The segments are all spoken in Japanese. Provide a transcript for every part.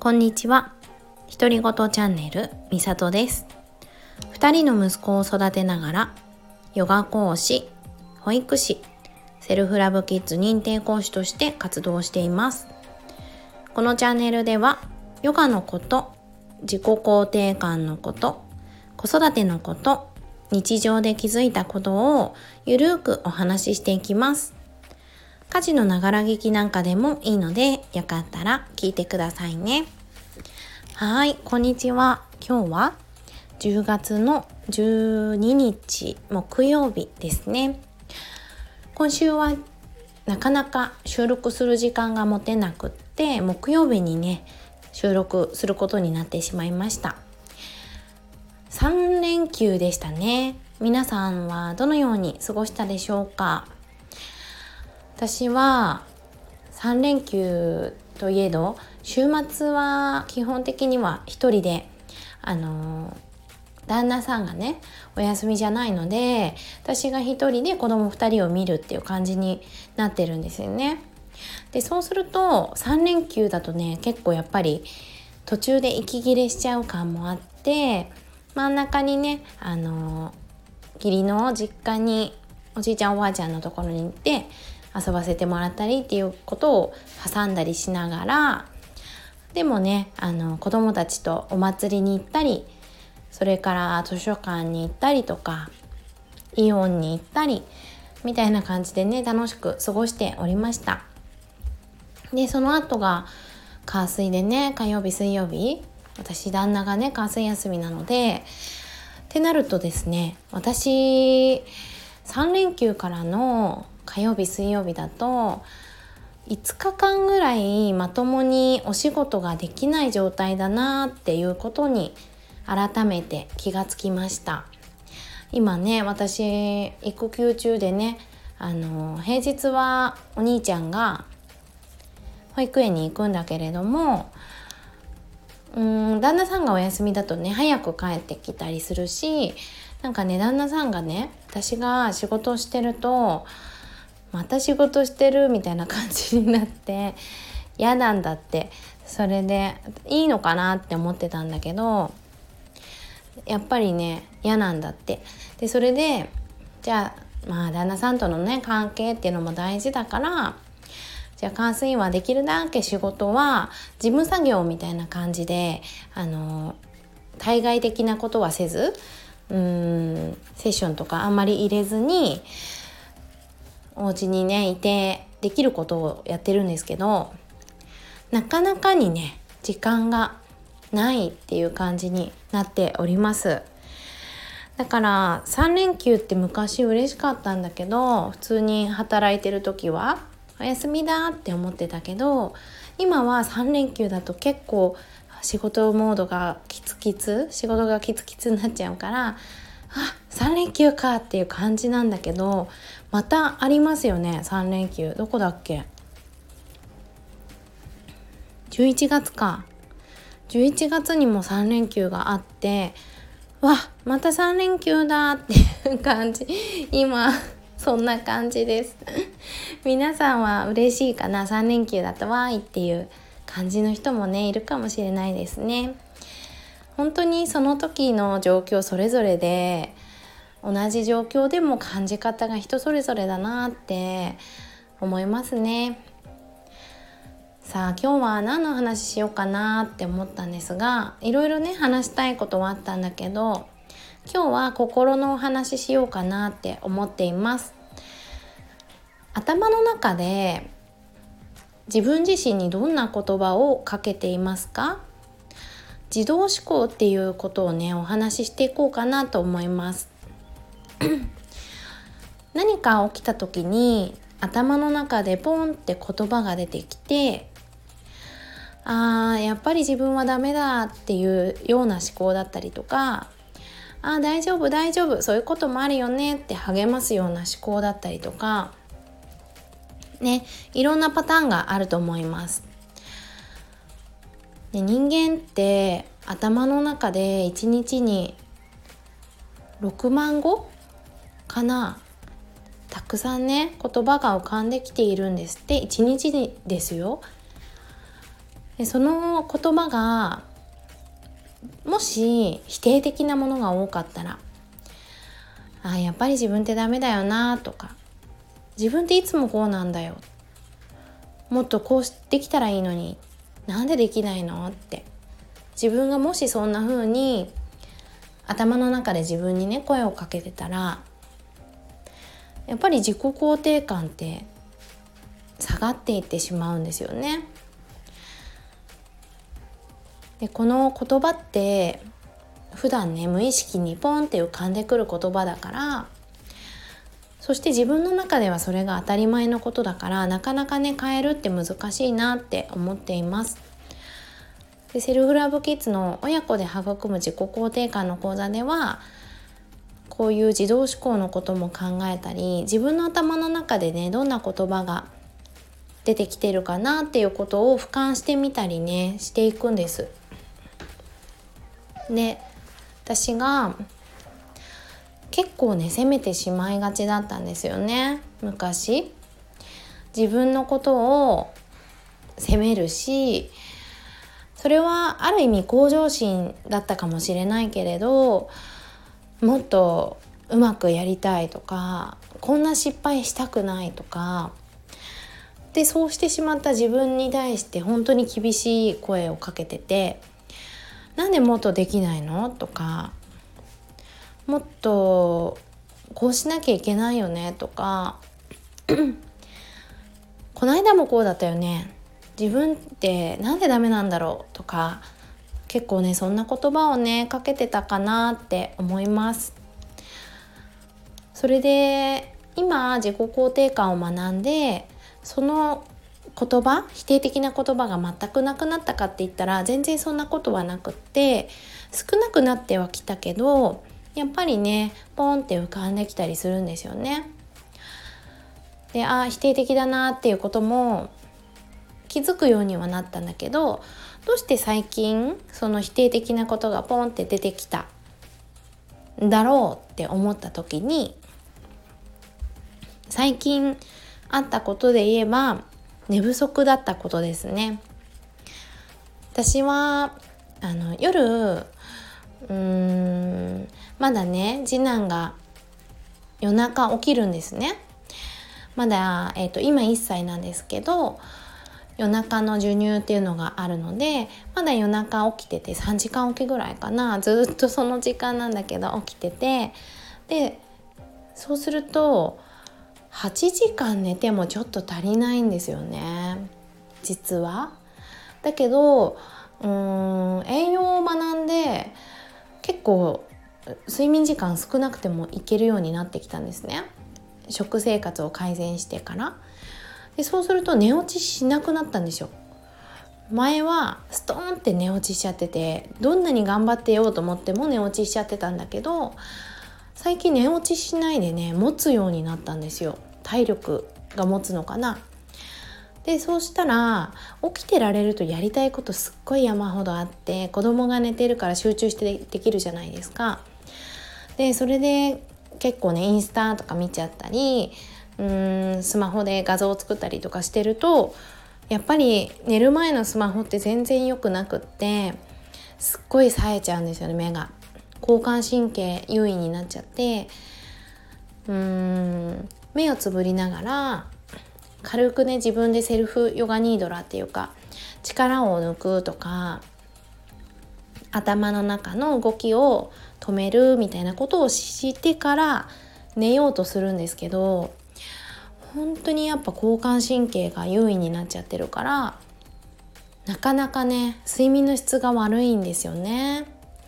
こんにちは。独り言チャンネルみさとです。2人の息子を育てながらヨガ講師、保育士、セルフラブキッズ認定講師として活動しています。このチャンネルではヨガのこと、自己肯定感のこと、子育てのこと、日常で気づいたことをゆるくお話ししていきます。家事のながら聞きなんかでもいいので、よかったら聞いてくださいね。はい、こんにちは。今日は10月の12日木曜日ですね。今週はなかなか収録する時間が持てなくって、木曜日にね収録することになってしまいました。3連休でしたね。皆さんはどのように過ごしたでしょうか？私は3連休といえど週末は基本的には一人で旦那さんがねお休みじゃないので、私が一人で子供2人を見るっていう感じになってるんですよね。でそうすると3連休だとね、結構やっぱり途中で息切れしちゃう感もあって、真ん中にね義理の実家におじいちゃんおばあちゃんのところに行って遊ばせてもらったりっていうことを挟んだりしながら、でもね子供たちとお祭りに行ったり、それから図書館に行ったりとかイオンに行ったりみたいな感じでね楽しく過ごしておりました。でその後が火水でね、火曜日水曜日、私旦那がね火水休みなのでってなるとですね、私3連休からの火曜日水曜日だと5日間ぐらいまともにお仕事ができない状態だなっていうことに改めて気がつきました。今ね私育休中でね平日はお兄ちゃんが保育園に行くんだけれども、旦那さんがお休みだとね早く帰ってきたりするし、なんかね旦那さんがね私が仕事をしてるとまた仕事してるみたいな感じになって嫌なんだって。それでいいのかなって思ってたんだけど、やっぱりね嫌なんだって。でそれでじゃあ旦那さんとのね関係っていうのも大事だから、じゃあ監視員はできるだけ仕事は事務作業みたいな感じで対外的なことはせず、セッションとかあんまり入れずにお家にねいてできることをやってるんですけど、なかなかにね時間がないっていう感じになっております。だから3連休って昔嬉しかったんだけど、普通に働いてる時はお休みだって思ってたけど、今は3連休だと結構仕事モードが仕事がキツキツになっちゃうから、3連休かっていう感じなんだけど、またありますよね3連休。どこだっけ、11月か。11月にも3連休があって、また3連休だっていう感じ。今そんな感じです皆さんは嬉しいかな？ 3 連休だとわーいっていう感じの人もねいるかもしれないですね。本当にその時の状況それぞれで、同じ状況でも感じ方が人それぞれだなって思いますね。さあ今日は何の話しようかなって思ったんですが、いろいろね話したいことはあったんだけど、今日は心のお話しようかなって思っています。頭の中で自分自身にどんな言葉をかけていますか？自動思考っていうことをねお話ししていこうかなと思います何か起きた時に頭の中でポンって言葉が出てきて、やっぱり自分はダメだっていうような思考だったりとか、大丈夫大丈夫そういうこともあるよねって励ますような思考だったりとかね、いろんなパターンがあると思います。で人間って頭の中で1日に6万語かな、たくさんね言葉が浮かんできているんですって。1日にですよ。 でその言葉がもし否定的なものが多かったら、やっぱり自分ってダメだよなとか、自分っていつもこうなんだよ、もっとこうできたらいいのになんでできないのって、自分がもしそんな風に頭の中で自分にね声をかけてたら、やっぱり自己肯定感って下がっていってしまうんですよね。でこの言葉って普段ね無意識にポンって浮かんでくる言葉だから、そして自分の中ではそれが当たり前のことだから、なかなかね変えるって難しいなって思っています。でセルフラブキッズの親子で育む自己肯定感の講座では、こういう自動思考のことも考えたり、自分の頭の中でねどんな言葉が出てきてるかなっていうことを俯瞰してみたりねしていくんです。で私が結構ね責めてしまいがちだったんですよね。昔自分のことを責めるし、それはある意味向上心だったかもしれないけれど、もっとうまくやりたいとか、こんな失敗したくないとかで、そうしてしまった自分に対して本当に厳しい声をかけてて、なんでもっとできないのとか、もっとこうしなきゃいけないよねとかこの間もこうだったよね、自分ってなんでダメなんだろうとか、結構ねそんな言葉をねかけてたかなって思います。それで今自己肯定感を学んで、その言葉、否定的な言葉が全くなくなったかって言ったら全然そんなことはなくって、少なくなってはきたけど、やっぱりねポンって浮かんできたりするんですよね。で否定的だなっていうことも気づくようにはなったんだけど、どうして最近その否定的なことがポンって出てきたんだろうって思った時に、最近あったことで言えば寝不足だったことですね。私は夜まだね次男が夜中起きるんですね。まだ、今1歳なんですけど、夜中の授乳っていうのがあるので、まだ夜中起きてて3時間起きぐらいかな、ずっとその時間なんだけど起きてて、でそうすると8時間寝てもちょっと足りないんですよね、実は。だけど栄養を学んで結構睡眠時間少なくてもいけるようになってきたんですね、食生活を改善してから。でそうすると寝落ちしなくなったんですよ。前はストーンって寝落ちしちゃってて、どんなに頑張ってようと思っても寝落ちしちゃってたんだけど、最近寝落ちしないでね持つようになったんですよ。体力が持つのかな。でそうしたら起きてられるとやりたいことすっごい山ほどあって、子供が寝てるから集中してできるじゃないですか。でそれで結構ねインスタとか見ちゃったり、スマホで画像を作ったりとかしてると、やっぱり寝る前のスマホって全然良くなくって、すっごい冴えちゃうんですよね、目が。交感神経優位になっちゃって、目をつぶりながら軽くね自分でセルフヨガニードラっていうか、力を抜くとか頭の中の動きを止めるみたいなことをしてから寝ようとするんですけど、本当にやっぱ交感神経が優位になっちゃってるから、なかなかね睡眠の質が悪いんですよね。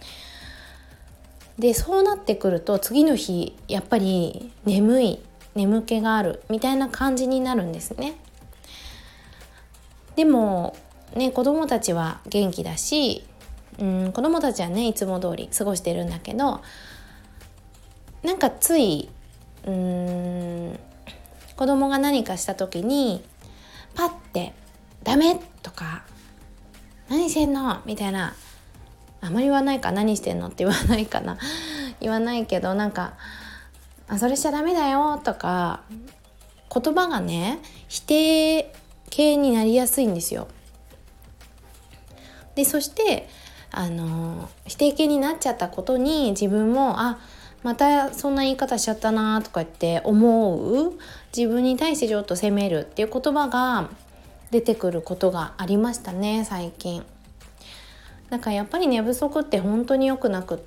でそうなってくると次の日やっぱり眠気があるみたいな感じになるんですね。でもね子供たちは元気だし、子供たちはねいつも通り過ごしてるんだけど、なんかつい子供が何かした時にパッてダメとか何してんのみたいな、あまり言わないか、何してんのって言わないかな言わないけど、なんかそれしちゃダメだよとか言葉がね否定形になりやすいんですよ。 でそして否定形になっちゃったことに自分もまたそんな言い方しちゃったなとかって思う、自分に対してちょっと責めるっていう言葉が出てくることがありましたね、最近。なんかやっぱり寝不足って本当に良くなくって、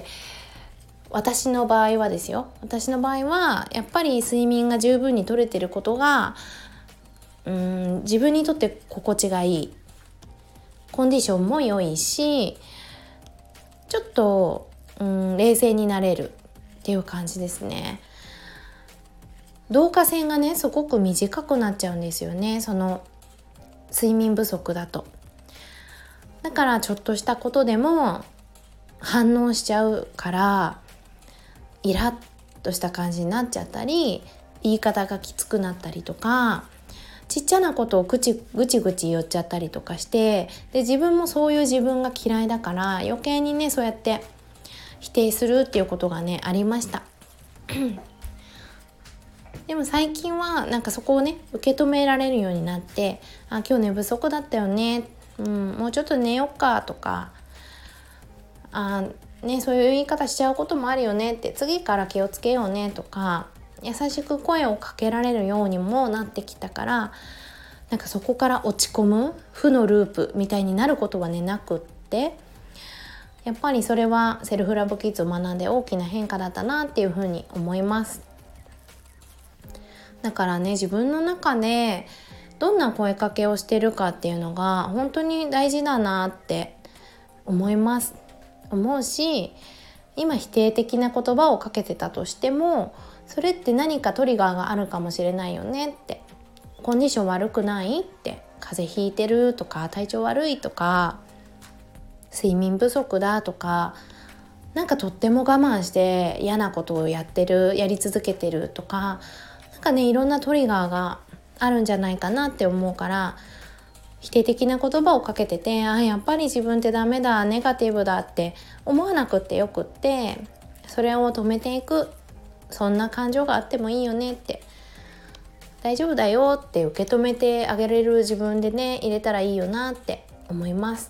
私の場合はですよ、私の場合はやっぱり睡眠が十分に取れてることが自分にとって心地がいい、コンディションも良いし、ちょっと冷静になれるっていう感じですね。導火線がねすごく短くなっちゃうんですよね、その睡眠不足だと。だからちょっとしたことでも反応しちゃうから、イラッとした感じになっちゃったり、言い方がきつくなったりとか、ちっちゃなことをぐちぐち言っちゃったりとかして、で自分もそういう自分が嫌いだから余計にねそうやって否定するっていうことがねありましたでも最近はなんかそこをね受け止められるようになって、今日寝不足だったよね、もうちょっと寝よっかとか、そういう言い方しちゃうこともあるよねって、次から気をつけようねとか、優しく声をかけられるようにもなってきたから、なんかそこから落ち込む負のループみたいになることはねなくって、やっぱりそれはセルフラブキッズを学んで大きな変化だったなっていうふうに思います。だからね、自分の中でどんな声かけをしてるかっていうのが本当に大事だなって思うし、今否定的な言葉をかけてたとしても、それって何かトリガーがあるかもしれないよねって、コンディション悪くないって、風邪ひいてるとか体調悪いとか睡眠不足だとか、なんかとっても我慢して嫌なことをやり続けてるとか、なんかねいろんなトリガーがあるんじゃないかなって思うから、否定的な言葉をかけてて、やっぱり自分ってダメだ、ネガティブだって思わなくってよくって、それを止めていく、そんな感情があってもいいよねって、大丈夫だよって受け止めてあげれる自分でね入れたらいいよなって思います。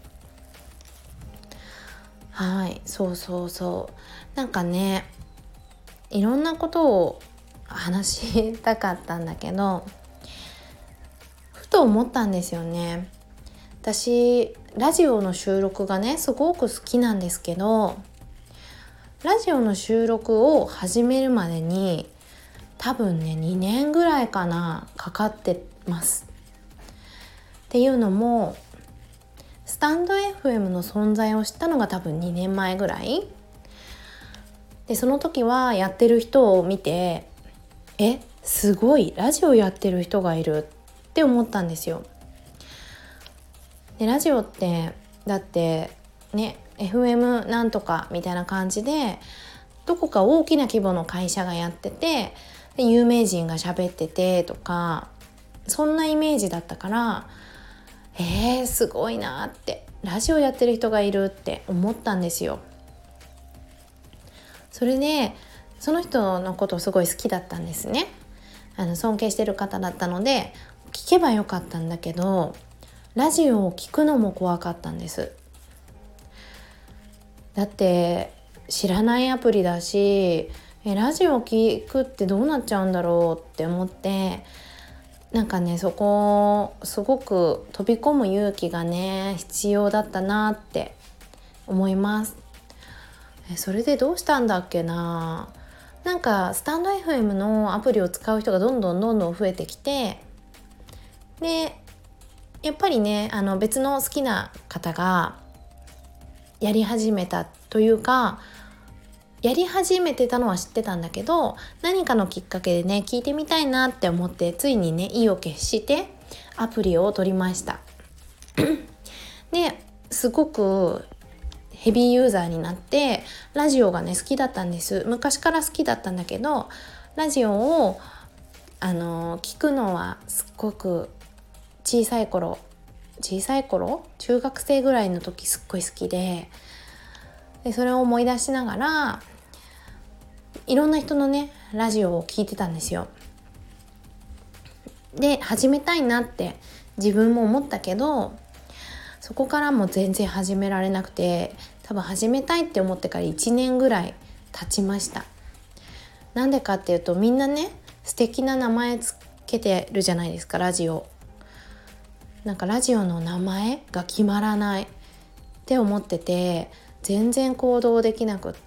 はい、そうなんかね、いろんなことを話したかったんだけど、ふと思ったんですよね。私ラジオの収録がねすごく好きなんですけど、ラジオの収録を始めるまでに多分ね2年ぐらいかかってます。っていうのも、スタンド FM の存在を知ったのが多分2年前ぐらいで、その時はやってる人を見て、すごいラジオやってる人がいるって思ったんですよ。でラジオってだってね FM なんとかみたいな感じで、どこか大きな規模の会社がやってて、で有名人が喋っててとか、そんなイメージだったから、すごいなって、ラジオやってる人がいるって思ったんですよ。それでその人のことをすごい好きだったんですね。尊敬してる方だったので聞けばよかったんだけど、ラジオを聞くのも怖かったんです。だって知らないアプリだし、ラジオ聞くってどうなっちゃうんだろうって思って、なんかねそこすごく飛び込む勇気がね必要だったなって思います。それでどうしたんだっけな。なんかスタンド FM のアプリを使う人がどんどん増えてきて、でやっぱりね別の好きな方がやり始めたというか、やり始めてたのは知ってたんだけど、何かのきっかけでね聞いてみたいなって思って、ついにね意を決してアプリを取りましたですごくヘビーユーザーになって、ラジオがね好きだったんです。昔から好きだったんだけど、ラジオを聞くのはすっごく小さい頃中学生ぐらいの時すっごい好きで、それを思い出しながらいろんな人のねラジオを聞いてたんですよ。で始めたいなって自分も思ったけど、 そこからも全然始められなくて、多分始めたいって思ってから1年ぐらい経ちました。なんでかっていうと、みんなね素敵な名前つけてるじゃないですか、ラジオ。なんかラジオの名前が決まらないって思ってて、全然行動できなくって、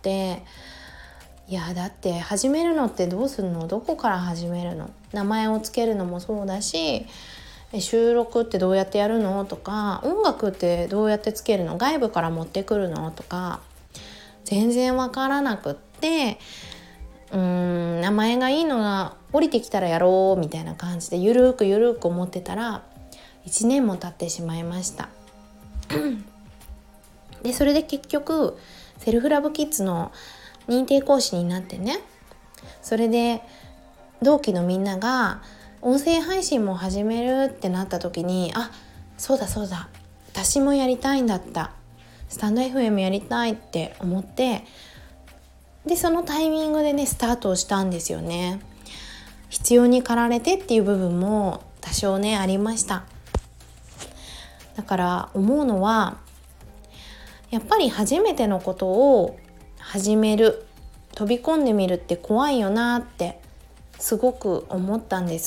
いやだって始めるのってどうするの、どこから始めるの、名前をつけるのもそうだし、収録ってどうやってやるのとか、音楽ってどうやってつけるの、外部から持ってくるのとか、全然わからなくって、名前がいいのが降りてきたらやろうみたいな感じでゆるくゆるく思ってたら1年も経ってしまいましたでそれで結局セルフラブキッズの認定講師になってね、それで同期のみんなが音声配信も始めるってなった時に、あ、そうだそうだ、私もやりたいんだった、スタンド FM やりたいって思って、でそのタイミングでねスタートをしたんですよね。必要に駆られてっていう部分も多少ねありました。だから思うのは、やっぱり初めてのことを始める、飛び込んでみるって怖いよなってすごく思ったんです。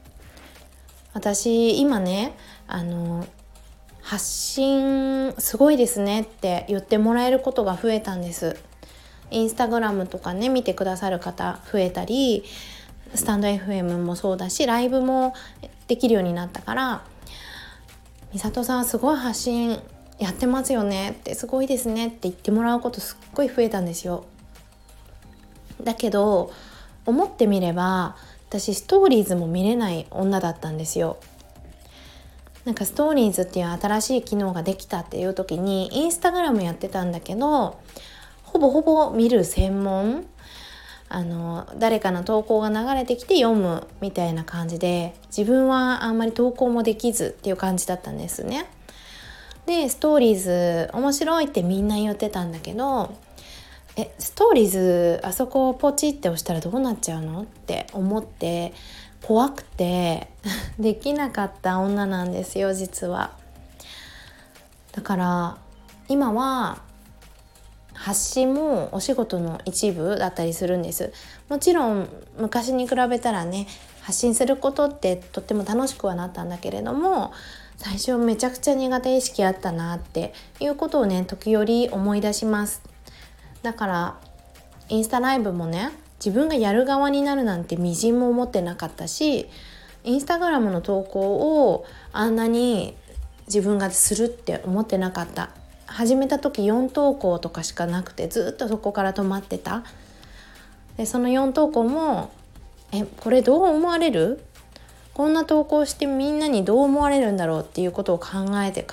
私今ね発信すごいですねって言ってもらえることが増えたんです。インスタグラムとかね見てくださる方増えたり、スタンド FM もそうだし、ライブもできるようになったから、みさとさんすごい発信やってますよねって、すごいですねって言ってもらうことすっごい増えたんですよ。だけど思ってみれば、私ストーリーズも見れない女だったんですよ。なんかストーリーズっていう新しい機能ができたっていう時にインスタグラムやってたんだけど、ほぼほぼ見る専門、誰かの投稿が流れてきて読むみたいな感じで、自分はあんまり投稿もできずっていう感じだったんですね。でストーリーズ面白いってみんな言ってたんだけど、ストーリーズあそこをポチって押したらどうなっちゃうのって思って怖くてできなかった女なんですよ、実は。だから今は発信もお仕事の一部だったりするんです。もちろん昔に比べたらね、発信することってとっても楽しくはなったんだけれども、最初めちゃくちゃ苦手意識あったなっていうことをね時折思い出します。だからインスタライブもね、自分がやる側になるなんてみじんも思ってなかったし、インスタグラムの投稿をあんなに自分がするって思ってなかった。始めた時4投稿とかしかなくて、ずっとそこから止まってた。でその4投稿もこれどう思われる、こんな投稿してみんなにどう思われるんだろうっていうことを考えて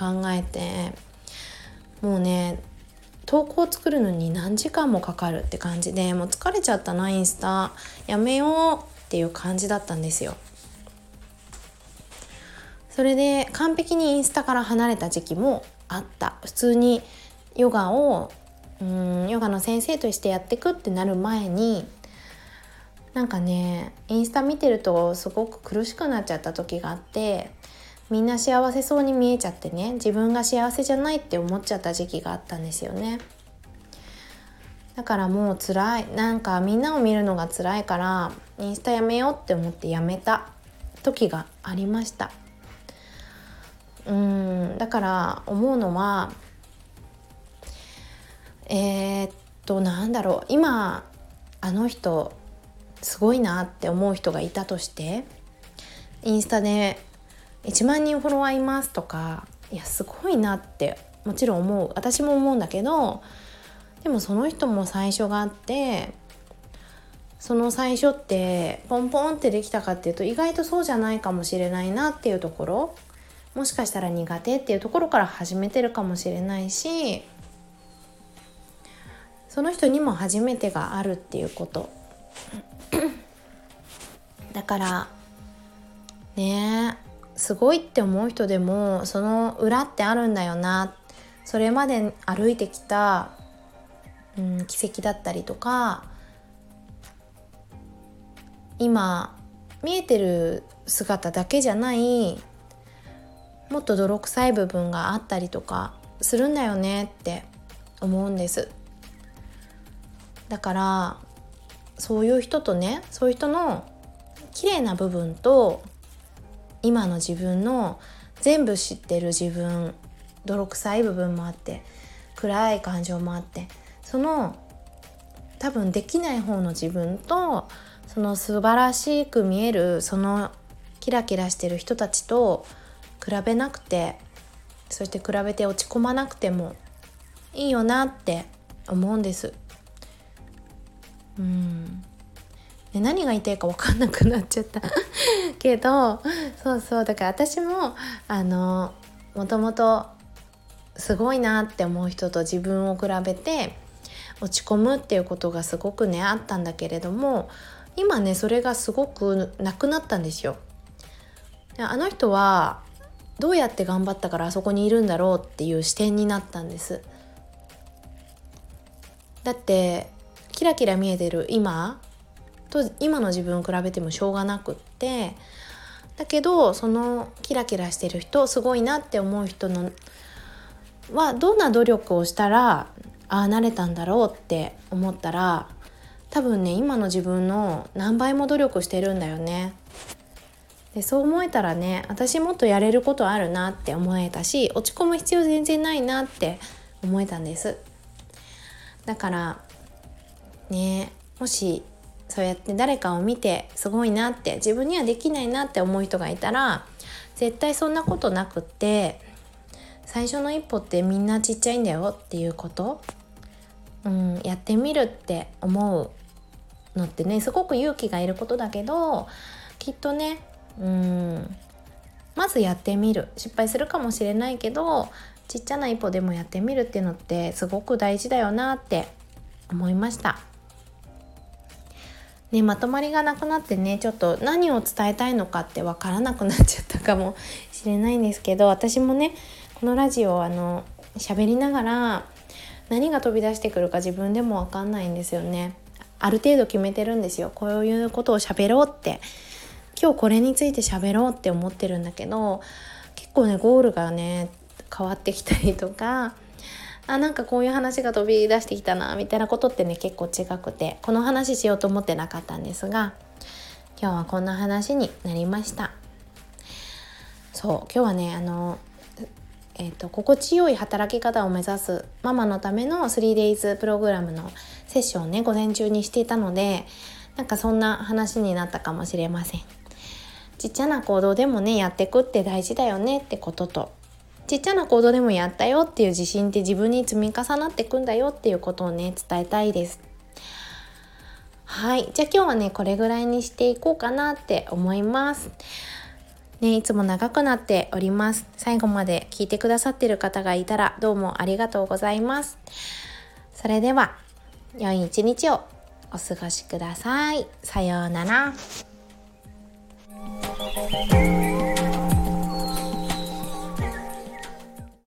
もうね投稿作るのに何時間もかかるって感じで、もう疲れちゃったな、インスタやめようっていう感じだったんですよ。それで完璧にインスタから離れた時期もあった。普通にヨガをヨガの先生としてやっていくってなる前に、なんかねインスタ見てるとすごく苦しくなっちゃった時があって、みんな幸せそうに見えちゃってね、自分が幸せじゃないって思っちゃった時期があったんですよね。だからもう辛い、なんかみんなを見るのが辛いからインスタやめようって思ってやめた時がありました。だから思うのはなんだろう、今あの人すごいなって思う人がいたとして、インスタで1万人フォロワーいますとか、いやすごいなってもちろん思う、私も思うんだけど、でもその人も最初があって、その最初ってポンポンってできたかっていうと意外とそうじゃないかもしれないなっていうところ、もしかしたら苦手っていうところから始めてるかもしれないし、その人にも初めてがあるっていうことだからね、すごいって思う人でもその裏ってあるんだよな、それまで歩いてきた、奇跡だったりとか、今見えてる姿だけじゃない、 もっと泥臭い部分があったりとかするんだよねって思うんです。だからそういう人とね、そういう人の綺麗な部分と今の自分の全部知ってる自分、泥臭い部分もあって暗い感情もあって、その多分できない方の自分とその素晴らしく見えるそのキラキラしてる人たちと比べなくて、そして比べて落ち込まなくてもいいよなって思うんです。で何が言いたいか分かんなくなっちゃったけど、そうだから私ももともとすごいなって思う人と自分を比べて落ち込むっていうことがすごくねあったんだけれども、今ねそれがすごくなくなったんですよ。あの人はどうやって頑張ったからあそこにいるんだろうっていう視点になったんです。だってキラキラ見えてる今と今の自分を比べてもしょうがなくって、だけどそのキラキラしてる人、すごいなって思う人のはどんな努力をしたらああなれたんだろうって思ったら、多分ね今の自分の何倍も努力してるんだよね。でそう思えたらね、私もっとやれることあるなって思えたし、落ち込む必要全然ないなって思えたんです。だからね、もしそうやって誰かを見てすごいなって、自分にはできないなって思う人がいたら、絶対そんなことなくって、最初の一歩ってみんなちっちゃいんだよっていうこと、やってみるって思うのってね、すごく勇気がいることだけど、きっとねまずやってみる、失敗するかもしれないけどちっちゃな一歩でもやってみるっていうのってすごく大事だよなって思いましたね。まとまりがなくなってね、ちょっと何を伝えたいのかってわからなくなっちゃったかもしれないんですけど、私もねこのラジオ喋りながら何が飛び出してくるか自分でもわかんないんですよね。ある程度決めてるんですよ。こういうことを喋ろうって、今日これについて喋ろうって思ってるんだけど、結構ねゴールがね変わってきたりとか、なんかこういう話が飛び出してきたなみたいなことってね結構違くて、この話しようと思ってなかったんですが、今日はこんな話になりました。そう今日はね心地よい働き方を目指すママのための 3days プログラムのセッションをね午前中にしていたので、なんかそんな話になったかもしれません。ちっちゃな行動でもねやっていくって大事だよねってことと、ちっちゃな行動でもやったよっていう自信って自分に積み重なっていくんだよっていうことをね伝えたいです。はい、じゃあ今日はねこれぐらいにしていこうかなって思いますね。いつも長くなっております。最後まで聞いてくださっている方がいたらどうもありがとうございます。それでは良い一日をお過ごしください。さようなら。